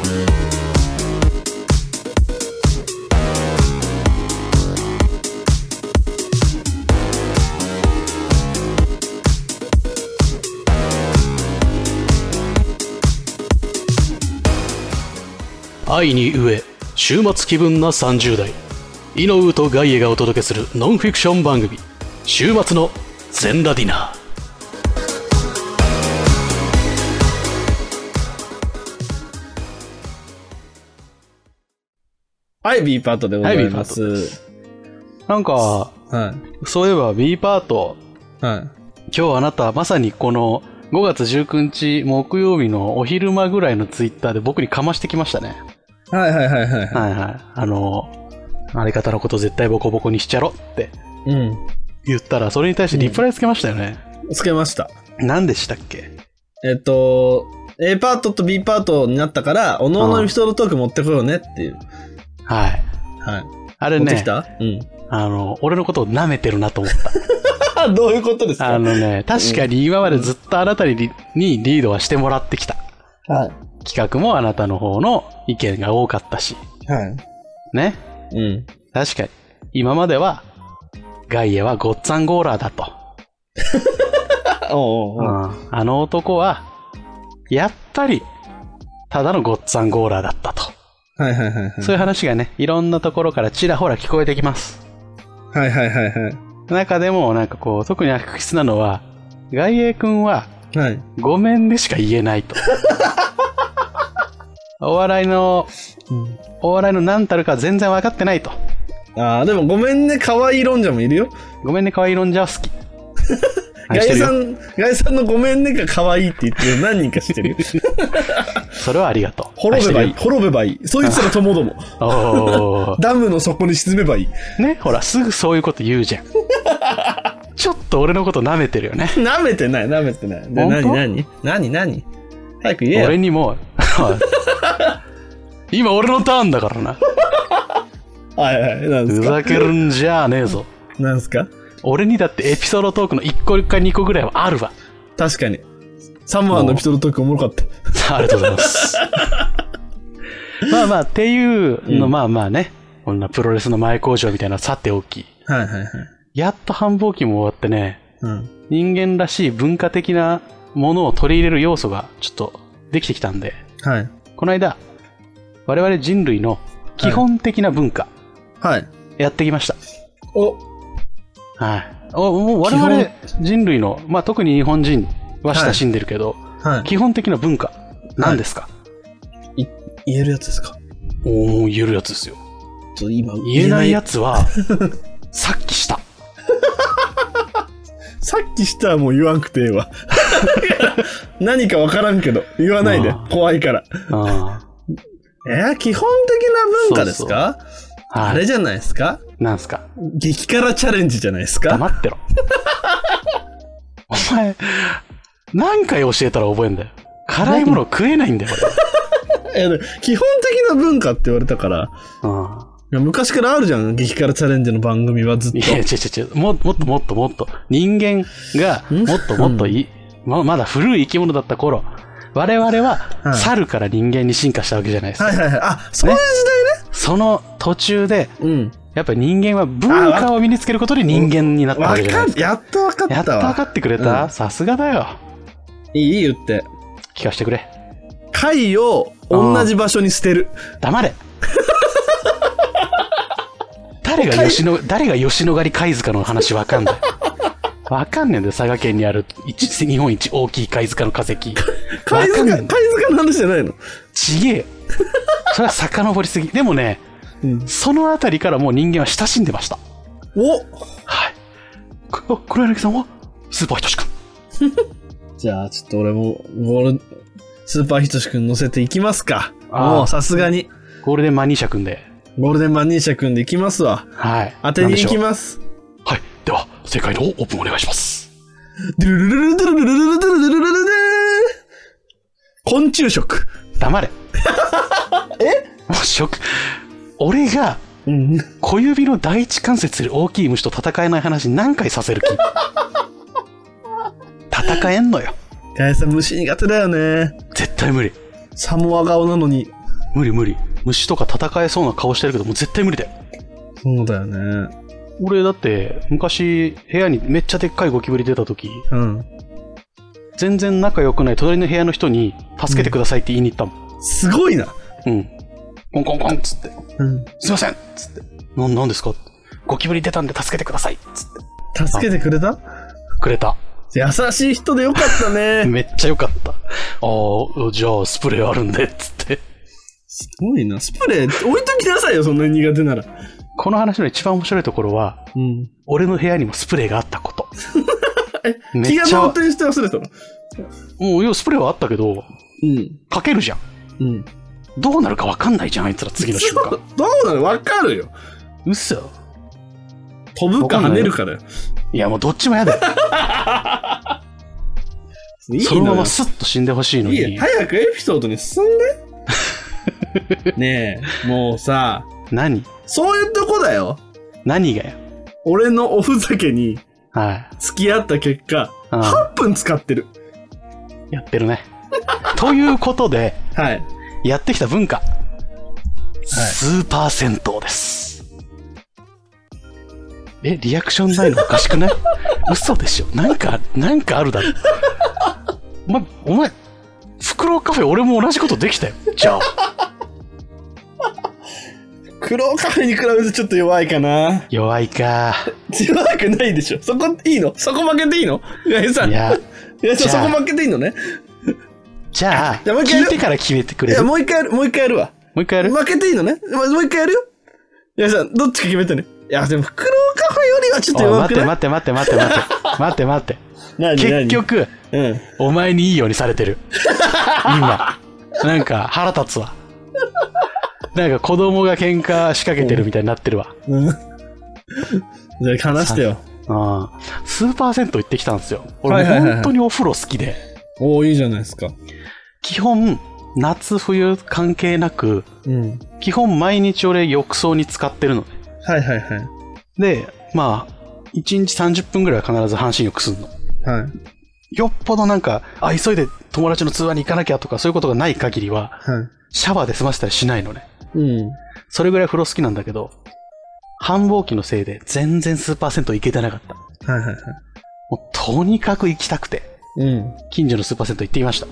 愛に飢え週末気分な30代、イノウとガイエがお届けするノンフィクション番組、週末の全裸ディナー。 はい、B パートでございます。はい、 なんか、はい、そういえば B パート、はい、今日あなたまさにこの5月19日木曜日のお昼間ぐらいのツイッターで僕にかましてきましたね。はいはいはいはいはい。はいはい。相方のこと絶対ボコボコにしちゃろって言ったら、それに対してリプライつけましたよね。 つけました。 何でしたっけ？ A パートと B パートになったから、おのおのエピソードトーク持ってこようねっていう。はい。はい。あれね。持ってきた？うん。 俺のことを舐めてるなと思った。 どういうことですか？ 確かに今までずっとあなたにリードはしてもらってきた。はい。企画もあなたの方の意見が多かったし。はい。ね。うん。確かに。今までは、ガイエはゴッツァンゴーラーだと。おうおうおう。あの男は、やっぱり、ただのゴッツァンゴーラーだったと。はいはいはいはい。そういう話がね、いろんなところからちらほら聞こえてきます。はいはいはいはい。中でもなんかこう、特に悪質なのは、ガイエ君は、はい、ごめんねしか言えないと。お笑いの何たるか全然分かってないと。 ああ、でもごめんね可愛い論者もいるよ。 ごめんね可愛い論者は好き。 ガイさんのごめんねが可愛いって言ってる何人か知ってるよ。 それはありがとう。 滅べばいい。そいつらともども。ダムの底に沈めばいい。 ね、ほらすぐそういうこと言うじゃん。ちょっと俺のこと舐めてるよね。 舐めてない。何早く言えよ。 俺にも今俺のターンだからな。 はいはい、なんですか。 ふざけるんじゃねえぞ。 なんですか。 俺にだってエピソードトークの1個か2個ぐらいはあるわ。 確かにサモアのエピソードトークおもろかった。 ありがとうございます。まあまあっていうの、まあまあね、こんなプロレスの前工場みたいなさておき、はいはいはい、やっと繁忙期も終わってね、人間らしい文化的なものを取り入れる要素がちょっとできてきたんで、はい、この間我々人類の基本的な文化、はい、やってきました。はい。もう我々人類の、まあ特に日本人は親しんでるけど、はいはい、基本的な文化、何ですか？ 言えるやつですか？ 言えるやつですよ。 今言えないやつは、さっきした。 さっきしたらもう言わんくてええわ。何かわからんけど、言わないで。怖いから。基本的な文化ですか？そうあれじゃないですか？ なんすか？ 激辛チャレンジじゃないですか？ 黙ってろ。お前、何回教えたら覚えんだよ。辛いもの食えないんだよ、 俺。基本的な文化って言われたから。昔からあるじゃん、激辛チャレンジの番組はずっと。いや、 もっと。人間がもっとまだ古い生き物だった頃、我々は猿から人間に進化したわけじゃないですか。はいはいはい。あ、そういう時代ね。その途中で、やっぱり人間は文化を身につけることで人間になったわけじゃないですか。 やっと分かったわ。 やっと分かってくれた？さすがだよ。 いい言って。 聞かせてくれ。 貝を同じ場所に捨てる。 黙れ。誰が吉野ヶ里貝塚の話わかんない。わかんねえんだよ、佐賀県にある日本一大きい貝塚の化石。 貝塚の話じゃないの？ ちげえよ。それは遡りすぎ。でもね、そのあたりからもう人間は親しんでました。はい。黒柳さんはスーパーひとしくん。 じゃあちょっと俺もスーパーひとしくん乗せていきますか。もうさすがに。 ゴールデンマニーシャくんで。 ゴールデンマニーシャくんでいきますわ。はい。当てに行きます。 はい。では、正解のオープンお願いします。 昆虫食。 黙れ。俺が、小指の第一関節より大きい虫と戦えない話何回させる気？戦えんのよ。 ガイさん虫苦手だよね。 絶対無理。 サモア顔なのに。 無理無理。虫とか戦えそうな顔してるけど、もう絶対無理だよ。 そうだよね。 俺だって昔部屋にめっちゃでっかいゴキブリ出た時、うん、全然仲良くない隣の部屋の人に助けてくださいって言いに行ったもん。 すごいな。 うん。コンコンコンっつって。うん。すいませんっつって。なんですか？ゴキブリ出たんで助けてくださいっつって。 助けてくれた？くれた。 優しい人でよかったね。 めっちゃよかった。じゃあスプレーあるんでっつって。 すごいな。スプレー置いときなさいよ、そんなに苦手なら。 この話の一番面白いところは、うん、俺の部屋にもスプレーがあったこと。 気が動転して忘れたの？ もう要はスプレーはあったけど、うん、かけるじゃん。うん。どうなるか分かんないじゃん、あいつら次の瞬間。 どうなる？分かるよ。 嘘。 飛ぶか跳ねるかだよ。 いやもうどっちも嫌だよ。いいそのままスッと死んでほしいのに。 いい早くエピソードに進んで。ねえ、もうさ。 何？ そういうとこだよ。 何がよ。 俺のおふざけに付き合った結果、8分使ってる。 やってるね。ということで、はい、やってきた文化、はい、スーパー銭湯です。リアクションないのおかしくない？嘘でしょ。なんかあるだろ。お前、フクロウカフェ俺も同じことできたよ。じゃあ。 フクロウカフェに比べてちょっと弱いかな。 弱いか。 弱くないでしょ。そこいいの？そこ負けていいの？いや、そこ負けていいのね。 じゃあ、聞いてから決めてくれる？ いや、もう一回やるわ。 もう一回やる？ 負けていいのね？もう一回やるよ。いやさ、どっちか決めてね。いや、でも、フクロウカフェよりはちょっと弱くない？ 待って。結局、うん、お前にいいようにされてる。今。なんか、腹立つわ。なんか、子供が喧嘩仕掛けてるみたいになってるわ。 じゃあ、話してよ。 スーパー銭湯行ってきたんですよ。俺、本当にお風呂好きで。 いいじゃないですか。 基本、夏冬関係なく、うん、基本毎日俺浴槽に使ってるのね。 はいはいはい。 で、まあ、1日30分ぐらいは必ず半身浴すんの。はい。よっぽどなんか、急いで友達の通話に行かなきゃとかそういうことがない限りは、はい、シャワーで済ませたりしないのね。うん。それぐらい風呂好きなんだけど、繁忙期のせいで全然スーパー銭湯行けてなかった。はいはいはい。もうとにかく行きたくて、うん。近所のスーパー銭湯行ってきました。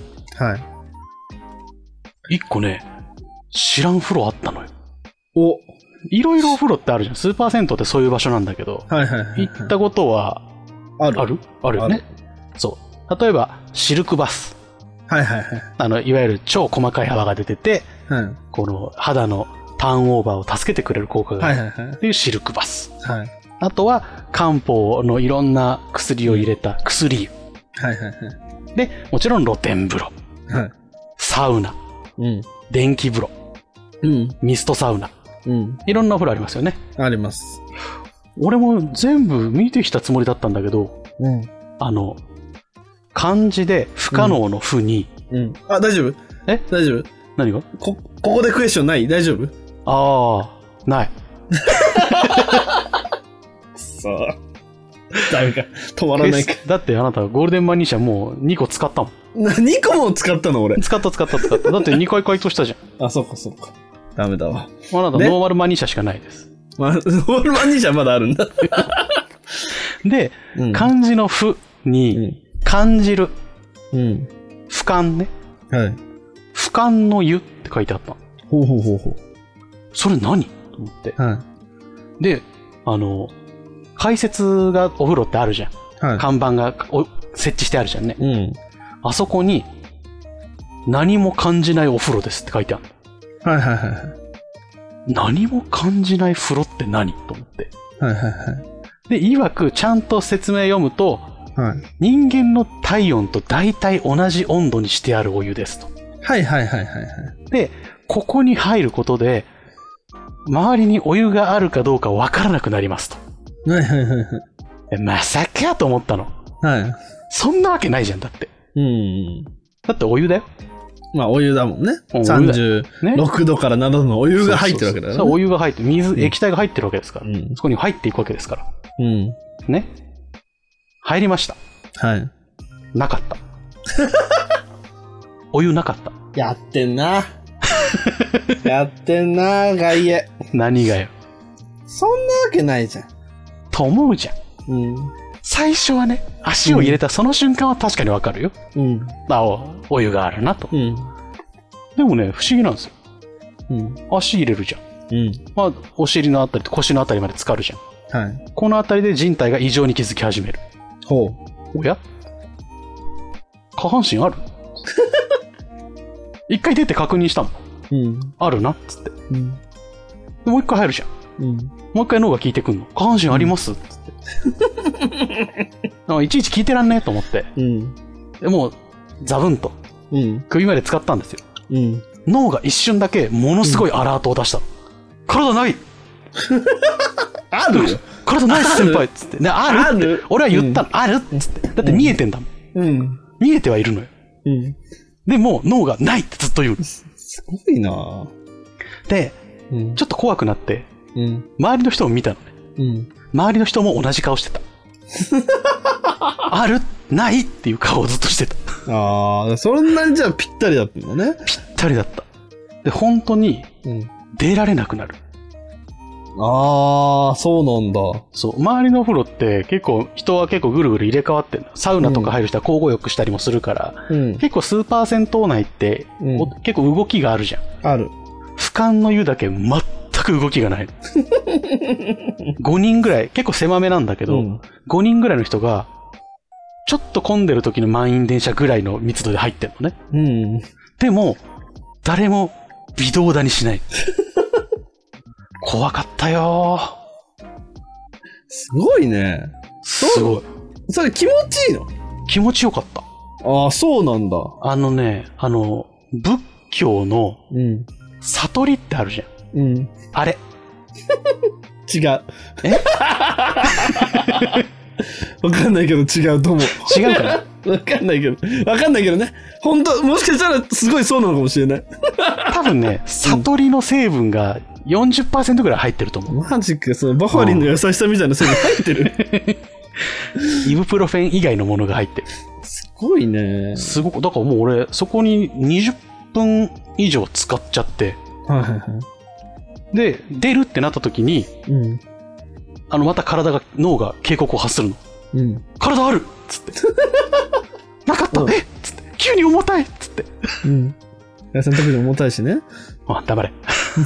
はい。一個ね、知らん風呂あったのよ。いろいろお風呂ってあるじゃん。スーパー銭湯ってそういう場所なんだけど、はいはいはいはい、行ったことはあるよね。そう。例えば、シルクバス。はいはいはい。いわゆる超細かい泡が出てて、はい、この肌のターンオーバーを助けてくれる効果があるっていうシルクバス。はい。あとは、漢方のいろんな薬を入れた薬湯。はいはいはい。で、もちろん露天風呂。はい。サウナ。うん。電気風呂。うん。ミストサウナ。うん。いろんなお風呂ありますよね。 あります。 俺も全部見てきたつもりだったんだけど、うん。漢字で不可能の不に、 うん。あ、大丈夫？大丈夫？ 何が？ ここでクエスチョンない？大丈夫？ ない。 そう。ダメか。止まらないか。 だってあなたゴールデンマニー社もう2個使ったもん。 2個も使ったの俺。 使った。だって2回回答したじゃん。そっか。ダメだわ。 あなたノーマルマニー社しかないです。 ノーマルマニー社まだあるんだ。 で、漢字の不に、感じる。うん。俯瞰ね。はい。俯瞰の湯って書いてあった。 ほう。 それ何？と思って。はい。で、解説がお風呂ってあるじゃん。はい。看板が設置してあるじゃんね。うん。あそこに、何も感じないお風呂ですって書いてある。はい。何も感じない風呂って何？と思って。はい。で、曰くちゃんと説明読むと、はい、人間の体温と大体同じ温度にしてあるお湯ですと。はい。で、ここに入ることで、周りにお湯があるかどうかわからなくなりますと。はい。まさかと思ったの。はい。そんなわけないじゃん、だって。だってお湯だよ。 まあお湯だもんね。36度から7度のお湯が入ってるわけだよね。 そう、お湯が入って、液体が入ってるわけですから。そこに入っていくわけですから。ね。入りました。はい。なかった。お湯なかった。 やってんな。 やってんな、外野。 何がよ。 そんなわけないじゃん。 と思うじゃん。うん。最初はね、足を入れたその瞬間は確かにわかるよ。うん。お湯があるなと。うん。でもね、不思議なんですよ。うん。足入れるじゃん。うん。まあ、お尻のあたりと腰のあたりまで浸かるじゃん。はい。このあたりで人体が異常に気づき始める。ほう。おや？下半身ある？一回出て確認したの。うん。あるなっつって。うん。もう一回入るじゃん。うん。もう一回脳が聞いてくんの。下半身あります？つって。いちいち聞いてらんねえと思って。うん。でもう、ザブンと。うん。首まで使ったんですよ。うん。脳が一瞬だけものすごいアラートを出した。体ないあるよ。 体ないっす先輩っつって。ね、あるって。俺は言ったの。あるっつって。だって見えてんだもん。うん。見えてはいるのよ。うん。でも脳がないってずっと言う。 すごいなで、うん、ちょっと怖くなって、うん、周りの人も見たのね。うん、周りの人も同じ顔してた。あるないっていう顔をずっとしてた。 ああ、そんなにじゃあぴったりだったんだね。 ぴったりだった。で、本当に出られなくなる。 ああ、そうなんだ。 そう、周りのお風呂って人は結構ぐるぐる入れ替わってるの。サウナとか入る人は交互浴したりもするから、うん、結構スーパー銭湯内って、うん、結構動きがあるじゃん。 ある。 俯瞰の湯だけ全く動きがない。5人ぐらい、結構狭めなんだけど、うん、5人ぐらいの人が、ちょっと混んでる時の満員電車ぐらいの密度で入ってんのね。うん、でも、誰も微動だにしない。怖かったよー。 すごいね。 すごい。 それ気持ちいいの？ 気持ちよかった。 ああ、そうなんだ。 仏教の悟りってあるじゃん。うん。あれ。 違う。え？わかんないけど違うと思う。 違うかな？ わかんないけどね。本当もしかしたらすごいそうなのかもしれない。 多分ね、悟りの成分が40% ぐらい入ってると思う。 マジか、そのバファリンの優しさみたいな成分入ってる。 イブプロフェン以外のものが入ってる。 すごいね。 すごく、だからもう俺、そこに20分以上使っちゃって。はいはいはい。で、出るってなった時に、うん、また脳が警告を発するの。うん、体あるっつって。なかった、うん、えっつって。急に重たいっつって。 うん。その時で重たいしね。 あ、黙れ。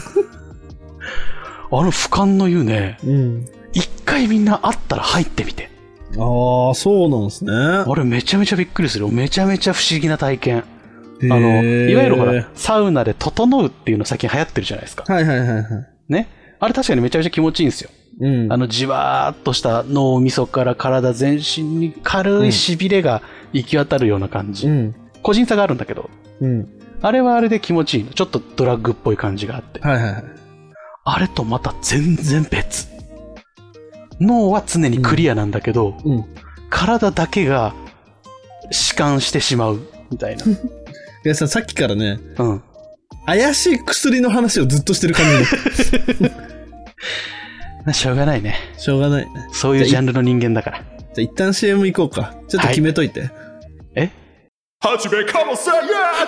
俯瞰の湯ね、うん、一回みんな会ったら入ってみて。 ああ、そうなんですね。あれめちゃめちゃびっくりするよ。めちゃめちゃ不思議な体験。いわゆるほら、サウナで整うっていうの最近流行ってるじゃないですか。 はいはいはいはい。 ね。あれ確かにめちゃめちゃ気持ちいいんですよ。うん、じわーっとした脳みそから体全身に軽い痺れが行き渡るような感じ。うん、個人差があるんだけど、うん、あれはあれで気持ちいいの。ちょっとドラッグっぽい感じがあって。はいはいはい。あれとまた全然別。脳は常にクリアなんだけど、うん、体だけが弛緩してしまうみたいな。いやさっきからね、うん、怪しい薬の話をずっとしてる感じで。 しょうがないね。 しょうがない。 そういうジャンルの人間だから。 じゃあ一旦 CM 行こうか。ちょっと決めといて。はい、 はじめかもせや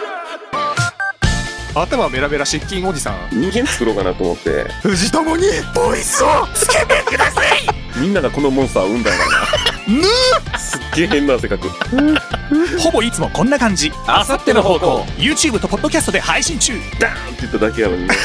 頭メラメラ失禁おじさん。 人間作ろうかなと思って。 藤友にボイスをつけてください。 みんながこのモンスターを生んだんだな。すっげえ変な性格。 ほぼいつもこんな感じ。あさっての方向 YouTube とポッドキャストで配信中。 ダーンって言っただけやのにね。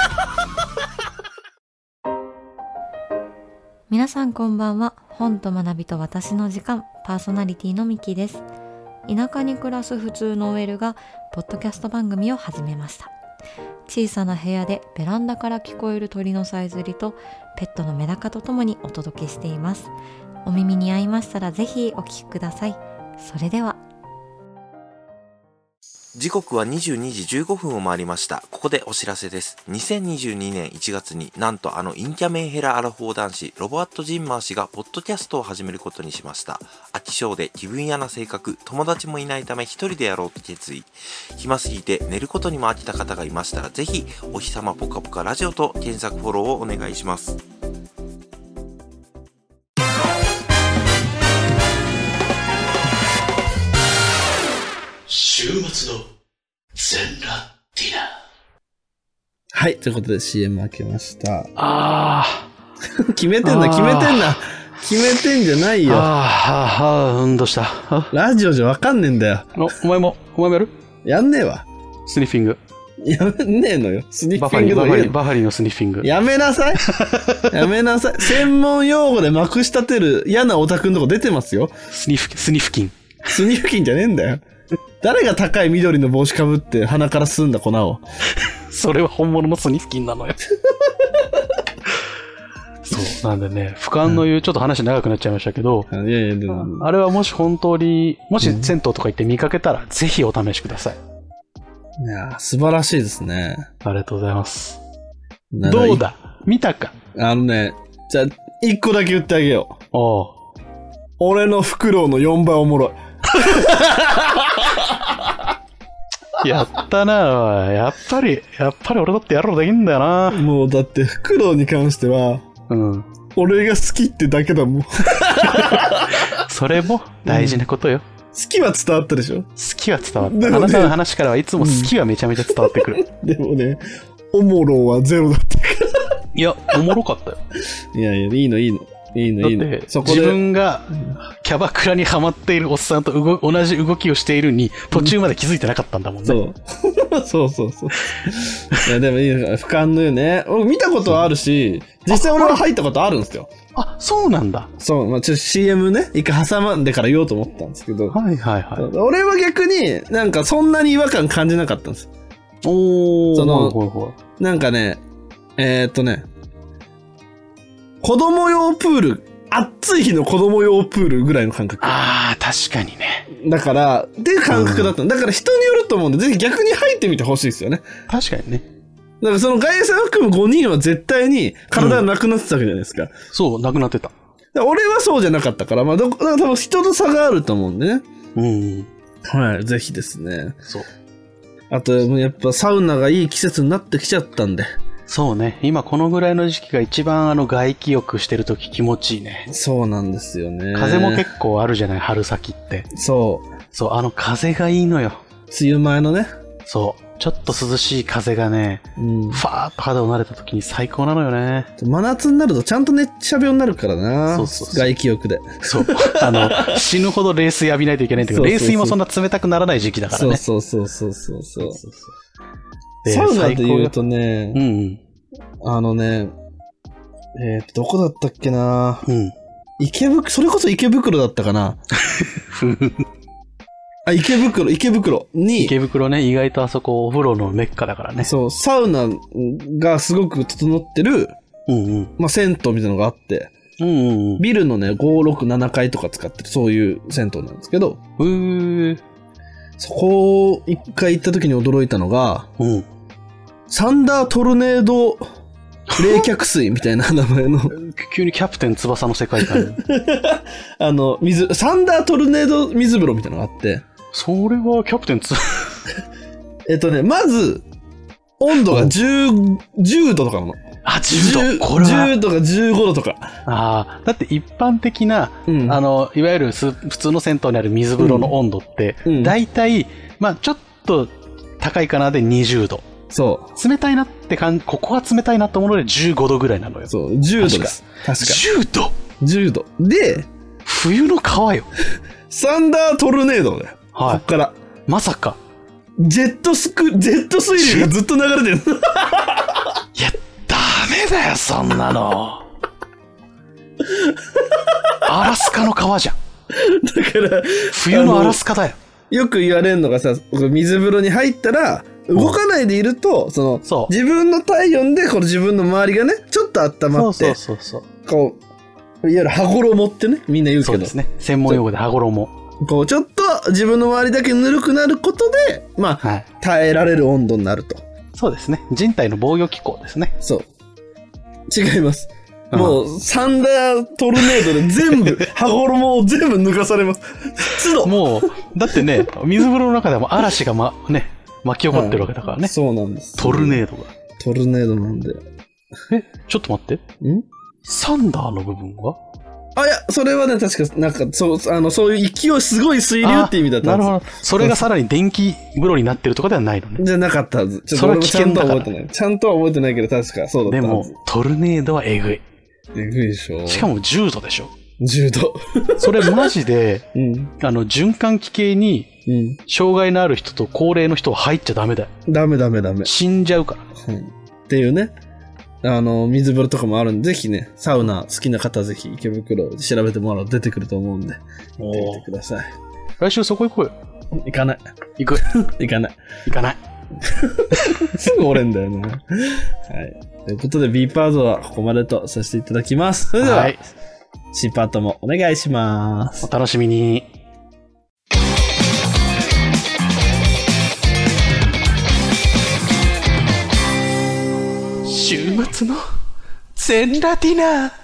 皆さんこんばんは。本と学びと私の時間、パーソナリティのミキです。田舎に暮らす普通の OL がポッドキャスト番組を始めました。小さな部屋でベランダから聞こえる鳥のさえずりとペットのメダカとともにお届けしています。お耳に合いましたらぜひお聞きください。それでは。 時刻は22時15分を回りました。ここでお知らせです。2022年1月になんとインキャメンヘラアラフォー男子ロバート・ジンマー氏がポッドキャストを始めることにしました。飽き性で気分屋な性格、友達もいないため一人でやろうと決意。暇すぎて寝ることにも飽きた方がいましたらぜひお日様ぽかぽかラジオと検索フォローをお願いします。 週末の全裸ディナー。 はい、ということで CM 開けました。決めてんじゃないよ。 どうした？ ラジオじゃわかんねえんだよ。 お前もやる？ やんねえわ。 スニッフィング。 やめねえのよ。スニッフィングバファリンのスニッフィング。 やめなさい。専門用語でまくし立てる嫌なオタクのとこ出てますよ。 スニフキン。 スニフキンじゃねえんだよ。誰が高い緑の帽子かぶって鼻から吸うんだ粉を。 それは本物のスニフキンなのよ。そうなんでね、俯瞰の言う、ちょっと話長くなっちゃいましたけど、あれはもし本当に、もし銭湯とか行って見かけたら、ぜひお試しください。 いや、素晴らしいですね。 ありがとうございます。どうだ？見たか？ じゃあ、一個だけ言ってあげよう。俺のフクロウの4倍おもろい。やったな。やっぱり俺だってやろうできんだよな。 もうだってフクロウに関しては、俺が好きってだけだもん。 それも大事なことよ。 好きは伝わったでしょ？好きは伝わった。あなたの話からはいつも好きはめちゃめちゃ伝わってくる。 でもね、おもろはゼロだったから。 いや、おもろかったよ。 いや、いいの。だって自分がキャバクラにハマっているおっさんと同じ動きをしているに途中まで気づいてなかったんだもんね。 そう。いやでもいいの俯瞰のよね。見たことはあるし、実際俺は入ったことあるんですよ。 あ、そうなんだ。 そう、ちょっと CM ね、一回挟まんでから言おうと思ったんですけど。 はい。 俺は逆になんかそんなに違和感感じなかったんです。なんかね、子供用プール、暑い日の子供用プールぐらいの感覚。 確かにね。 だから、っていう感覚だったの。だから人によると思うんで、ぜひ逆に入ってみてほしいですよね。 確かにね。 だからその外衛さんを含む5人は絶対に体がなくなってたわけじゃないですか。 そう、なくなってた。 俺はそうじゃなかったから、多分人と差があると思うんでね。はい、ぜひですね。 そう。 あと、やっぱサウナがいい季節になってきちゃったんで。 そうね。今このぐらいの時期が一番外気浴してる時気持ちいいね。 そうなんですよね。 風も結構あるじゃない、春先って。そう、風がいいのよ。 梅雨前のね。 そう。ちょっと涼しい風がね、ファーッと肌を慣れた時に最高なのよね。 真夏になるとちゃんと熱射病になるからな。そう。外気浴で。そう。 死ぬほど冷水浴びないといけないんだけど、冷水もそんな冷たくならない時期だからね。 そう。サウナで言うとね、どこだったっけな、それこそ池袋だったかな。池袋に。 池袋ね、意外とあそこお風呂のメッカだからね。 そう、サウナがすごく整ってる、銭湯みたいなのがあって、ビルのね、5、6、7階とか使ってる、そういう銭湯なんですけど、そこ一回行った時に驚いたのが、サンダートルネード冷却水みたいな名前の急にキャプテン翼の世界観サンダートルネード水風呂みたいなのがあって、 それはキャプテンまず温度が10度とかなの。 10度。 これは10度か15度とか。 だって一般的な、いわゆる普通の銭湯にある水風呂の温度って、だいたいちょっと高いかなで20度。そう。冷たいなってここは冷たいなと思うので15度ぐらいなのよ。 そう、10度です。確か。 10度で、 冬の川よ。 サンダートルネードだよ。こっから。 まさか。 ジェット水流がずっと流れてる。 いや、ダメだよ、そんなの。アラスカの川じゃん。 だから、 冬のアラスカだよ。 よく言われるのがさ、水風呂に入ったら、動かないでいると、自分の体温で、自分の周りがね、ちょっと温まって、こう、いわゆる羽衣ってね、みんな言うけど。そうですね。専門用語で羽衣。 ちょっと自分の周りだけぬるくなることで、耐えられる温度になると。 そうですね。人体の防御機構ですね。 そう。違います。もう、サンダートルネードで全部、羽衣を全部脱がされます。湿度。 もう、だってね、水風呂の中でも嵐が巻き起こってるわけだからね。 そうなんです。 トルネードが。 トルネードなんで。 ちょっと待って。サンダーの部分はあ、いや、それはね、確か、なんか、そういう勢い、すごい水流って意味だったんです。なるほど。 それがさらに電気風呂になってるとかではないのね。 じゃなかったはず。ちょっと俺もちゃんと覚えてない。ちゃんとは覚えてないけど、確かそうだったはず。 でも、トルネードはえぐい。 えぐいでしょ。 しかも10度でしょ。 10度。 それマジで、循環器系に、障害のある人と高齢の人は入っちゃダメだよ。 ダメ。 死んじゃうから。 っていうね。水風呂とかもあるんで、ぜひね、サウナ好きな方はぜひ池袋で調べてもらうと出てくると思うんで、行ってみてください。 来週そこ行こうよ。 行かない。 行く。 行かない。 行かない。 すぐ折れんだよね。はい。ということで B パートはここまでとさせていただきます。それでは、C パートもお願いします。 お楽しみに。週末の全ラティナー。